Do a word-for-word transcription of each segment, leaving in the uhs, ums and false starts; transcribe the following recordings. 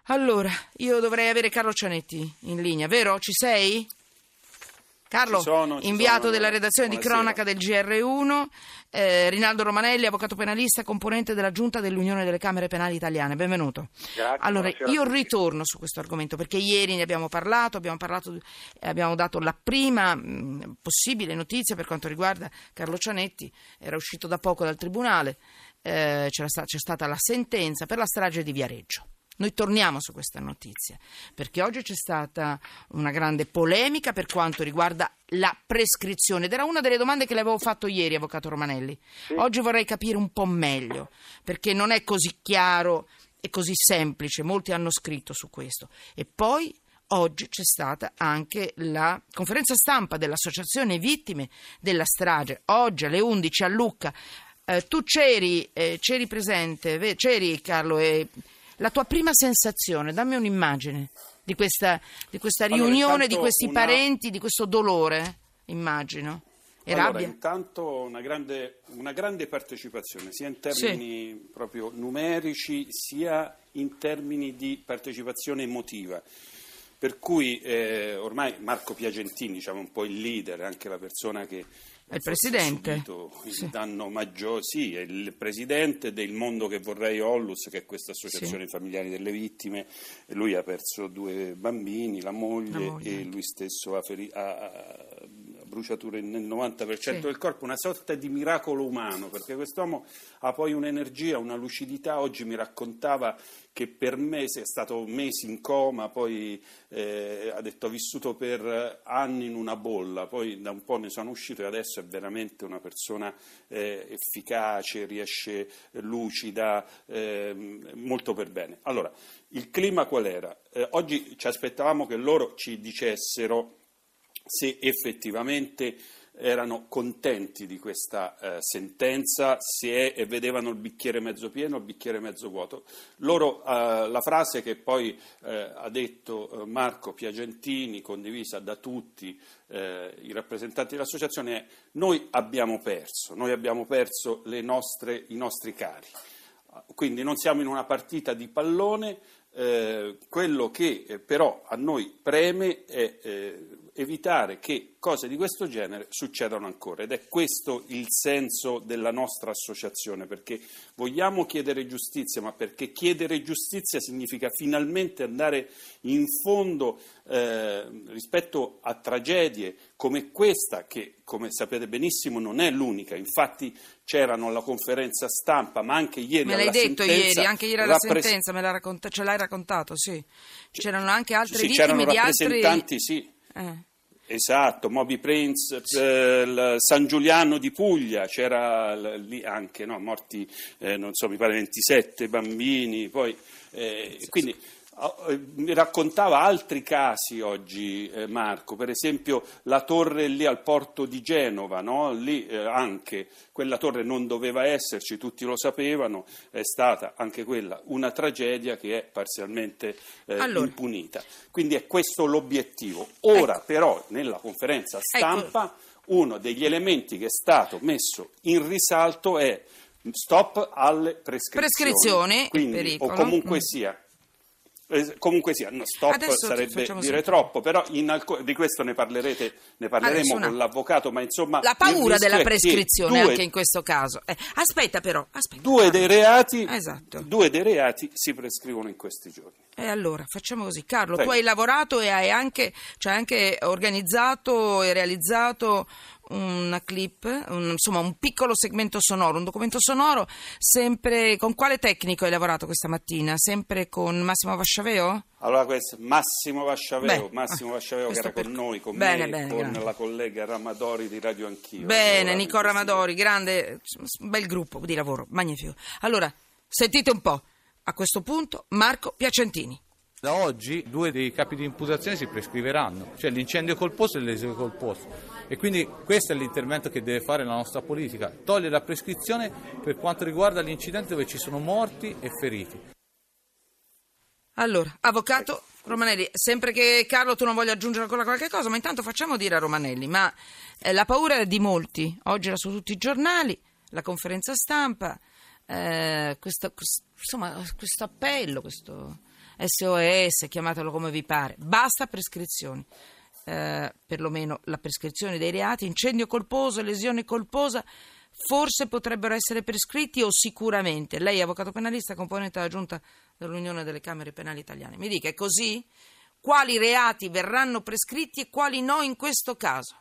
Allora, io dovrei avere Carlo Cianetti in linea, vero? Ci sei? Carlo, ci sono, ci inviato sono, della redazione buonasera. di cronaca del G R uno, eh, Rinaldo Romanelli, avvocato penalista, componente della Giunta dell'Unione delle Camere Penali Italiane. Benvenuto. Grazie, allora, buonasera io a tutti. ritorno su questo argomento perché ieri ne abbiamo parlato, abbiamo parlato, abbiamo dato la prima mh, possibile notizia per quanto riguarda Carlo Cianetti. Era uscito da poco dal tribunale, eh, c'era sta- c'è stata la sentenza per la strage di Viareggio. Noi torniamo su questa notizia perché oggi c'è stata una grande polemica per quanto riguarda la prescrizione ed era una delle domande che le avevo fatto ieri, avvocato Romanelli. Sì. Oggi vorrei capire un po' meglio perché non è così chiaro e così semplice, molti hanno scritto su questo. E poi oggi c'è stata anche la conferenza stampa dell'Associazione Vittime della Strage, oggi alle undici a Lucca. Eh, tu c'eri, eh, c'eri presente, ve- c'eri Carlo, e la tua prima sensazione, dammi un'immagine di questa, di questa Allora, riunione, intanto di questi una- parenti, di questo dolore, immagino. E Allora, rabbia? intanto una grande, una grande partecipazione, sia in termini proprio numerici, sia in termini di partecipazione emotiva. Per cui eh, ormai Marco Piacentini, diciamo un po' il leader, anche la persona che È il forse presidente. ha subito il Sì. danno maggiore, sì, è il presidente del Mondo che vorrei Ollus, che è questa associazione Sì. familiari delle vittime. E lui ha perso due bambini, la moglie, La moglie. e lui stesso ha, feri- ha- ha bruciature nel novanta per cento Sì. del corpo, una sorta di miracolo umano, perché quest'uomo ha poi un'energia, una lucidità. Oggi mi raccontava che per mesi è stato mesi in coma, poi eh, ha detto ho vissuto per anni in una bolla, poi da un po' ne sono uscito e adesso è veramente una persona eh, efficace, riesce, lucida, eh, molto per bene. Allora, il clima qual era? Eh, oggi ci aspettavamo che loro ci dicessero se effettivamente erano contenti di questa eh, sentenza, se è, e vedevano il bicchiere mezzo pieno o il bicchiere mezzo vuoto. Loro, eh, la frase che poi eh, ha detto eh, Marco Piacentini, condivisa da tutti eh, i rappresentanti dell'associazione, è: noi abbiamo perso, noi abbiamo perso le nostre, i nostri cari. Quindi non siamo in una partita di pallone, eh, quello che eh, però a noi preme è eh, evitare che cose di questo genere succedano ancora, ed è questo il senso della nostra associazione, perché vogliamo chiedere giustizia, ma perché chiedere giustizia significa finalmente andare in fondo eh, rispetto a tragedie come questa, che come sapete benissimo non è l'unica. Infatti c'erano alla conferenza stampa, ma anche ieri Me alla l'hai detto sentenza, ieri, anche ieri alla rappres- sentenza, me l'ha racconta- ce l'hai raccontato, sì. C'erano anche altre sì, vittime c'erano di altri... rappresentanti, sì. Eh. Esatto, Moby Prince, eh, il San Giuliano di Puglia, c'era l- lì anche, no, morti, eh, non so, mi pare ventisette bambini, poi, eh, quindi eh, mi raccontava altri casi oggi eh, Marco, per esempio la torre lì al porto di Genova, no? Lì eh, anche quella torre non doveva esserci, tutti lo sapevano, è stata anche quella una tragedia che è parzialmente eh, Allora. impunita. Quindi è questo l'obiettivo. Ora Ecco. però nella conferenza stampa Ecco. uno degli elementi che è stato messo in risalto è stop alle prescrizioni. Prescrizioni, Quindi, pericolo. o comunque Mm. sia. Eh, comunque sia, no, stop Adesso sarebbe facciamo dire sempre. troppo, però in alco- di questo ne parlerete, ne parleremo Adesso una- con l'avvocato, ma insomma La il paura rischio della è che prescrizione due, anche in questo caso. Eh, aspetta però, aspetta. due dei reati, Esatto. due dei reati si prescrivono in questi giorni. E allora facciamo così, Carlo, Prego. tu hai lavorato e hai anche, cioè anche organizzato e realizzato una clip, un, insomma un piccolo segmento sonoro, un documento sonoro, sempre con quale tecnico hai lavorato questa mattina? Sempre con Massimo Vasciaveo? Allora questo Massimo Vasciaveo, Beh, Massimo Vasciaveo che questo era con per- noi, con bene, me, bene, con grande. la collega Ramadori di Radio Anch'io. Bene, Lavoravamo in Nicola questi Ramadori, grande, bel gruppo di lavoro, magnifico. Allora, sentite un po', a questo punto Marco Piacentini. Da oggi due dei capi di imputazione si prescriveranno, cioè l'incendio colposo e lesione colposo. E quindi questo è l'intervento che deve fare la nostra politica, togliere la prescrizione per quanto riguarda l'incidente dove ci sono morti e feriti. Allora, avvocato Romanelli, sempre che Carlo tu non voglia aggiungere ancora qualche cosa, ma intanto facciamo dire a Romanelli, ma eh, la paura è di molti, oggi era su tutti i giornali, la conferenza stampa, eh, questo, questo, insomma, questo appello, questo S O S, chiamatelo come vi pare, basta prescrizioni. Eh, perlomeno la prescrizione dei reati, incendio colposo, lesione colposa, forse potrebbero essere prescritti o sicuramente. Lei è avvocato penalista, componente della Giunta dell'Unione delle Camere Penali Italiane. Mi dica, è così? Quali reati verranno prescritti e quali no in questo caso?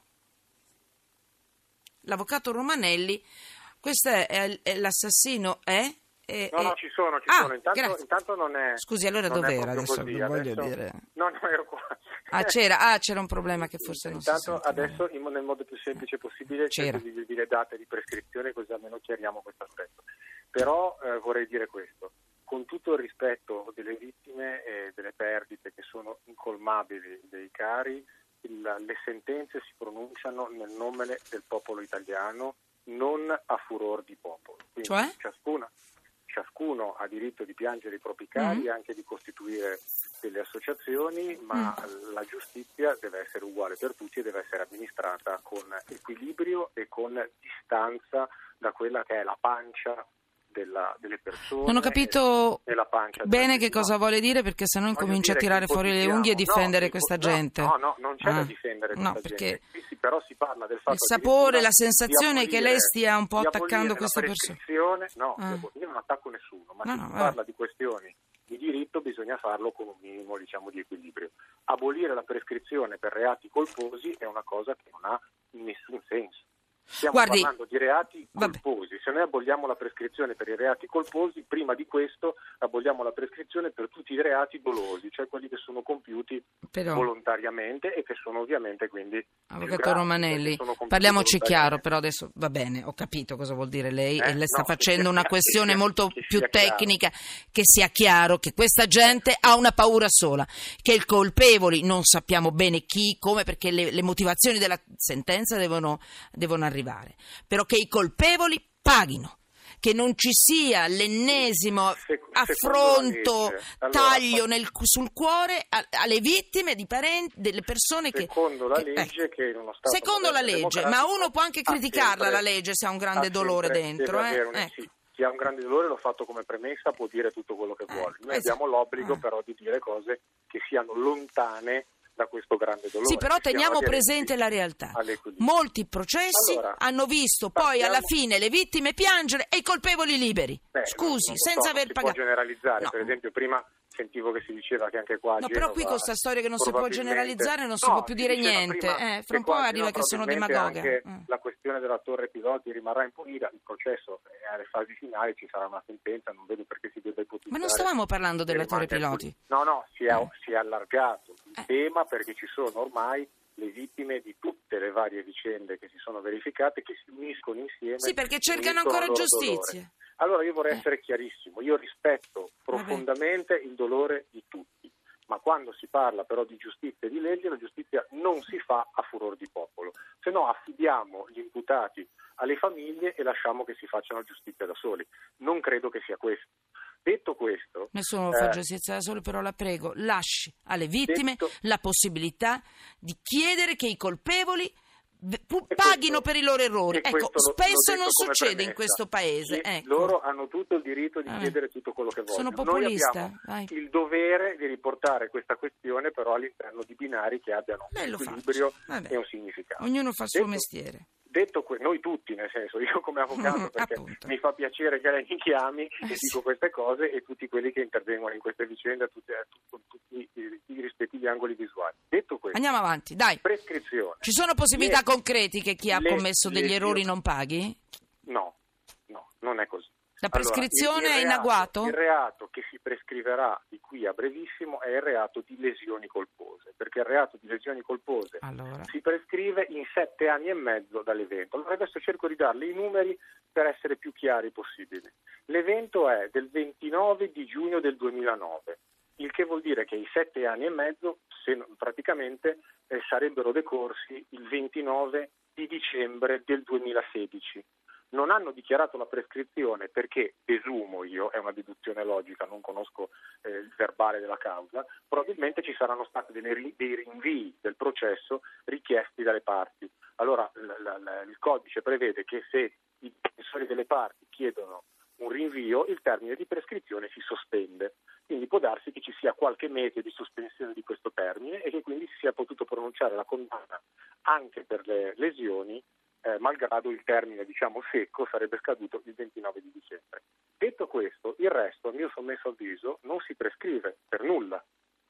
L'avvocato Romanelli, questo è, è, è l'assassino, è? È, no, è... no, ci sono, ci ah, sono. Intanto, intanto non è. Scusi, allora non dov'era? È Adesso così. non voglio adesso, dire. No, no, ero qua. Ah, c'era, ah, c'era un problema che forse non intanto, si sentiva. Adesso, in, nel modo più semplice possibile, c'era. cerco di dire date di prescrizione, così almeno chiariamo questo aspetto. Però eh, vorrei dire questo: con tutto il rispetto delle vittime e delle perdite che sono incolmabili dei cari, il, le sentenze si pronunciano nel nome del popolo italiano, non a furor di popolo. Quindi Cioè? ciascuna, ciascuno ha diritto di piangere i propri cari e Mm. anche di costituire delle associazioni, ma Mm. la giustizia deve essere uguale per tutti e deve essere amministrata con equilibrio e con distanza da quella che è la pancia della, delle persone. Non ho capito e la pancia bene della che cosa vuole dire, perché se no Voglio incomincia a dire tirare che fuori le ipotizziamo- unghie e difendere no, questa no, gente. No, no, non c'è Ah. da difendere questa No, perché gente. Qui si, però si parla del fatto il sapore, la sensazione di è che abolire- lei stia un po' di attaccando abolire questa la persona. prescrizione. No, Ah. io non attacco nessuno, ma No, se no, si eh. parla di questioni di diritto bisogna farlo con un minimo, diciamo, di equilibrio. Abolire la prescrizione per reati colposi è una cosa che non ha nessun senso. Stiamo Guardi, parlando di reati vabbè. colposi. Se noi aboliamo la prescrizione per i reati colposi, prima di questo aboliamo la prescrizione per tutti i reati dolosi, cioè quelli che sono compiuti Però, volontariamente e che sono ovviamente quindi più avvocato gravi, Romanelli, perché sono compiuti parliamoci chiaro, volontariamente. però adesso va bene, ho capito cosa vuol dire lei Eh? e lei sta No, facendo che una sia- questione che sia- molto che più sia chiaro. tecnica, che sia chiaro che questa gente ha una paura sola, che i colpevoli non sappiamo bene chi, come, perché le, le motivazioni della sentenza devono, devono arrivare, però che i colpevoli paghino, che non ci sia l'ennesimo Sec- affronto, secondo la legge. Allora, taglio nel- sul cuore a- alle vittime di parenti, delle persone che... Secondo la che- legge ecco. che in uno Stato Secondo la moderno legge, ma democratico uno può anche ha criticarla sempre- la legge se ha un grande ha dolore sempre- dentro. deve Eh? avere un- Ecco. sì, chi ha un grande dolore, l'ho fatto come premessa, può dire tutto quello che vuole. Noi esatto. abbiamo l'obbligo Eh. però di dire cose che siano lontane da questo grande dolore. Sì, però che siano teniamo aderenti presente la realtà. all'equilibrio. Molti processi Allora, hanno visto poi partiamo- alla fine le vittime piangere e i colpevoli liberi. Beh, Scusi, non lo senza so, aver non si pagato. può generalizzare, No. per esempio prima sentivo che si diceva che anche qua a No, però qui Genova con sta storia che non si può probabilmente- generalizzare non si No, può più si dire diceva niente. prima Eh, che fra un po' qua a arriva Genova che sono probabilmente demagoga. anche Mm. la questione della Torre Piloti rimarrà impunita, il processo è alle fasi finali, ci sarà una sentenza, non vedo perché si debba ipotizzare. Ma non stavamo parlando della che Torre rimanga Piloti? impunita. No, no, si è, Eh. si è allargato il Eh. tema perché ci sono ormai le vittime di tutte le varie vicende che si sono verificate, che si uniscono insieme. Sì, perché si cercano uniscono ancora al loro giustizia. dolore. Allora io vorrei Eh. essere chiarissimo, io rispetto profondamente il dolore di tutti, ma quando si parla però di giustizia e di legge, la giustizia non si fa a furor di popolo, se no affidiamo gli imputati alle famiglie e lasciamo che si facciano giustizia da soli. Non credo che sia questo. Detto questo, Nessuno eh, fa giustizia da solo, però la prego, lasci alle vittime detto- la possibilità di chiedere che i colpevoli v- pu- E paghino questo- per i loro errori. e Ecco, questo lo- spesso l'ho non detto come succede in premessa. questo paese. Sì, Ecco. loro hanno tutto il diritto di Eh. chiedere tutto quello che vogliono. Sono Noi populista, abbiamo vai. il dovere di riportare questa questione però all'interno di binari che abbiano Beh, un lo equilibrio faccio. Vabbè. e un significato. Ognuno fa il suo Detto- mestiere. Detto que- noi tutti, nel senso, io come avvocato, perché Appunto. mi fa piacere che lei mi chiami Eh, e sì. dico queste cose, e tutti quelli che intervengono in queste vicende, tutti, eh, tu- tutti i, i rispettivi angoli visuali. Detto questo, Andiamo avanti, dai. prescrizione. Ci sono possibilità Le- concrete che chi ha le- commesso degli le- errori non paghi? No, no, non è così. La prescrizione Allora, il- il è in reato- agguato? Il reato che si prescriverà di qui a brevissimo è il reato di lesioni colpose, perché il reato di lesioni colpose Allora. si prescrive in sette anni e mezzo dall'evento. Allora adesso cerco di darle i numeri per essere più chiari possibile. L'evento è del ventinove di giugno del duemilanove, il che vuol dire che i sette anni e mezzo se, praticamente eh, sarebbero decorsi il ventinove di dicembre del duemilasedici. Non hanno dichiarato la prescrizione perché, desumo io, è una deduzione logica, non conosco eh, il verbale della causa, probabilmente ci saranno stati delle ri- dei rinvii del processo richiesti dalle parti. Allora l- l- l- il codice prevede che se i difensori delle parti chiedono un rinvio, il termine di prescrizione si sospende. Quindi può darsi che ci sia qualche mese di sospensione di questo termine e che quindi si sia potuto pronunciare la condanna anche per le lesioni, eh, malgrado il termine, diciamo, secco sarebbe scaduto il ventinove di dicembre. Detto questo, il resto, a mio sommesso avviso, non si prescrive per nulla.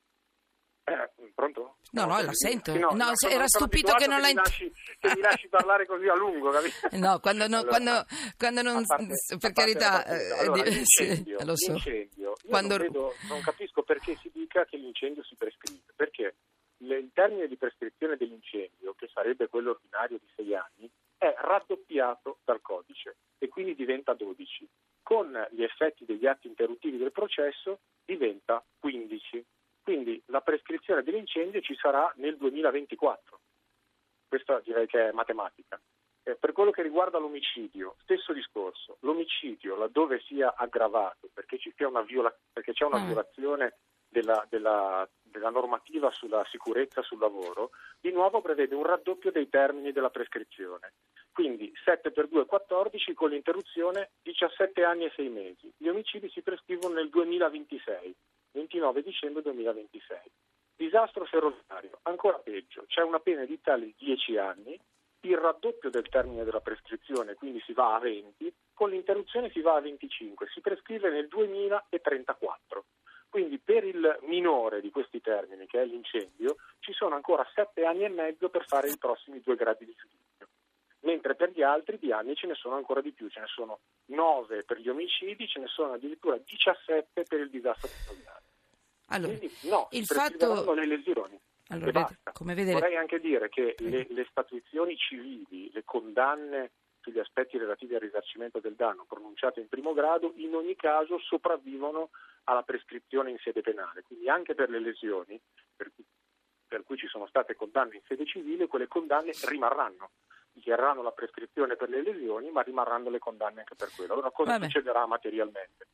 Eh, pronto? No, no, la sento. Sì, no, no, no, se era stupito che non la mi lasci, che mi lasci parlare così a lungo, capito? No, quando, no, allora, quando, quando non... parte, per carità... Allora, eh, l'incendio, sì, lo so. l'incendio io Quando... non, vedo, non capisco perché si dica che l'incendio si prescrive, perché le, il termine di prescrizione dell'incendio, che sarebbe quello ordinario di sei anni, è raddoppiato dal codice e quindi diventa dodici. Con gli effetti degli atti interruttivi del processo diventa quindici. Quindi la prescrizione dell'incendio ci sarà nel duemilaventiquattro. Questa direi che è matematica. Eh, per quello che riguarda l'omicidio, stesso discorso. L'omicidio, laddove sia aggravato, perché ci sia una viola- perché c'è una mm. violazione della, della, della normativa sulla sicurezza sul lavoro, di nuovo prevede un raddoppio dei termini della prescrizione. Quindi sette per due, quattordici, con l'interruzione diciassette anni e sei mesi. Gli omicidi si prescrivono nel duemilaventisei. ventinove dicembre duemilaventisei. Disastro ferroviario, ancora peggio, c'è una pena edittale di dieci anni, il raddoppio del termine della prescrizione, quindi si va a venti, con l'interruzione si va a venticinque, si prescrive nel duemilatrentaquattro. Quindi per il minore di questi termini, che è l'incendio, ci sono ancora sette anni e mezzo per fare i prossimi due gradi di giudizio. Mentre per gli altri di anni ce ne sono ancora di più, ce ne sono nove per gli omicidi, ce ne sono addirittura diciassette per il disastro ferroviario. Allora, Quindi no, il si fatto... prescriveranno le lesioni. Allora, e vede, basta. come vedere... Vorrei anche dire che le, le statuizioni civili, le condanne sugli aspetti relativi al risarcimento del danno pronunciate in primo grado, in ogni caso sopravvivono alla prescrizione in sede penale. Quindi anche per le lesioni, per cui, per cui ci sono state condanne in sede civile, quelle condanne rimarranno. Dichiareranno la prescrizione per le lesioni, ma rimarranno le condanne anche per quello. Allora cosa Vabbè. succederà materialmente?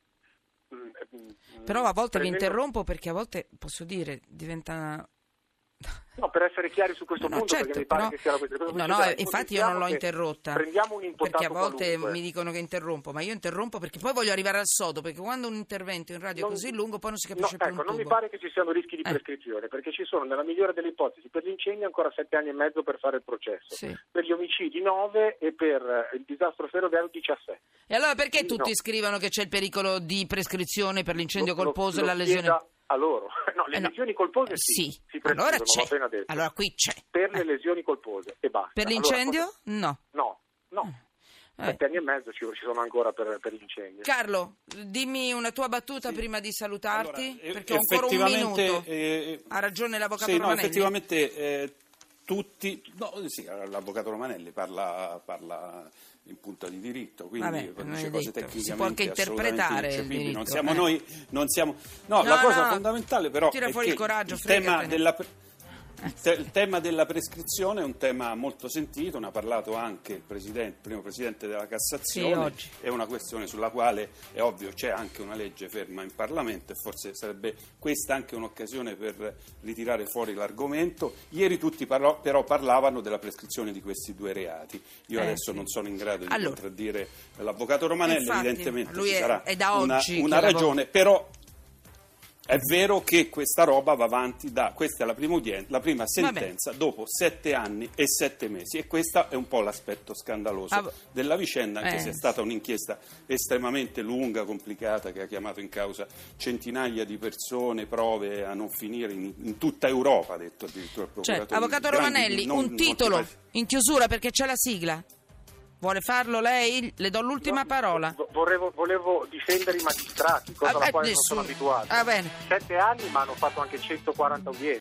Però a volte Prendendo... vi interrompo perché a volte, posso dire, diventa... No, per essere chiari su questo no, punto, certo, perché mi però... pare che sia la questione. No, no, infatti io non l'ho interrotta. Prendiamo un imputato perché a volte qualunque. mi dicono che interrompo, ma io interrompo perché poi voglio arrivare al sodo, perché quando un intervento in radio è non... così lungo poi non si capisce no, più ecco, un non tubo. mi pare che ci siano rischi di eh. prescrizione, perché ci sono, nella migliore delle ipotesi, per l'incendio ancora sette anni e mezzo per fare il processo, Sì. per gli omicidi nove e per il disastro ferroviario diciassette. E allora perché Quindi tutti no. scrivono che c'è il pericolo di prescrizione per l'incendio Lo- colposo lo- e la lo lesione? chieda a loro. No, le Eh no. lesioni colpose sì, Sì, si prescrivono, allora c'è. l'ho appena detto. Allora qui c'è. Per le Eh. lesioni colpose e basta. Per Allora, l'incendio? cosa- No. No, no. Eh. Sette anni e mezzo ci, ci sono ancora per, per l'incendio. Carlo, dimmi una tua battuta Sì. prima di salutarti, Allora, perché ho ancora un effettivamente, minuto. eh, Ha ragione l'avvocato sì, no, Romanelli. effettivamente eh, tutti, no, sì, l'avvocato Romanelli parla, parla in punto di diritto, quindi Vabbè, non dice è cose detto. Si tecnicamente può anche interpretare il assolutamente ineccepibili. Non diritto, siamo eh. noi, non siamo, no, No, la cosa no, fondamentale però tira è fuori che il coraggio, il tema fregatene. della Il, te- il tema della prescrizione è un tema molto sentito, ne ha parlato anche il, presidente, il primo Presidente della Cassazione, Sì, oggi. è una questione sulla quale è ovvio c'è anche una legge ferma in Parlamento e forse sarebbe questa anche un'occasione per ritirare fuori l'argomento. Ieri tutti parlo- però parlavano della prescrizione di questi due reati. Io Eh, adesso sì. non sono in grado di Allora. contraddire l'avvocato Romanelli, Infatti, evidentemente lui ci è- sarà è da una, oggi una che lavora. ragione, però è vero che questa roba va avanti da, questa è la prima, udien- la prima sentenza dopo sette anni e sette mesi e questo è un po' l'aspetto scandaloso Ah, della vicenda, anche eh. se è stata un'inchiesta estremamente lunga, complicata, che ha chiamato in causa centinaia di persone, prove a non finire in, in tutta Europa, ha detto addirittura il procuratore. Cioè, avvocato Grandi, Romanelli, non- un non ti titolo pare- in chiusura perché c'è la sigla. Vuole farlo lei? Le do l'ultima No, parola. vo- Volevo, volevo difendere i magistrati, cosa Ah, alla eh, quale non nessuno- sono abituato. Ah, bene. Sette anni, ma hanno fatto anche centoquaranta udienze.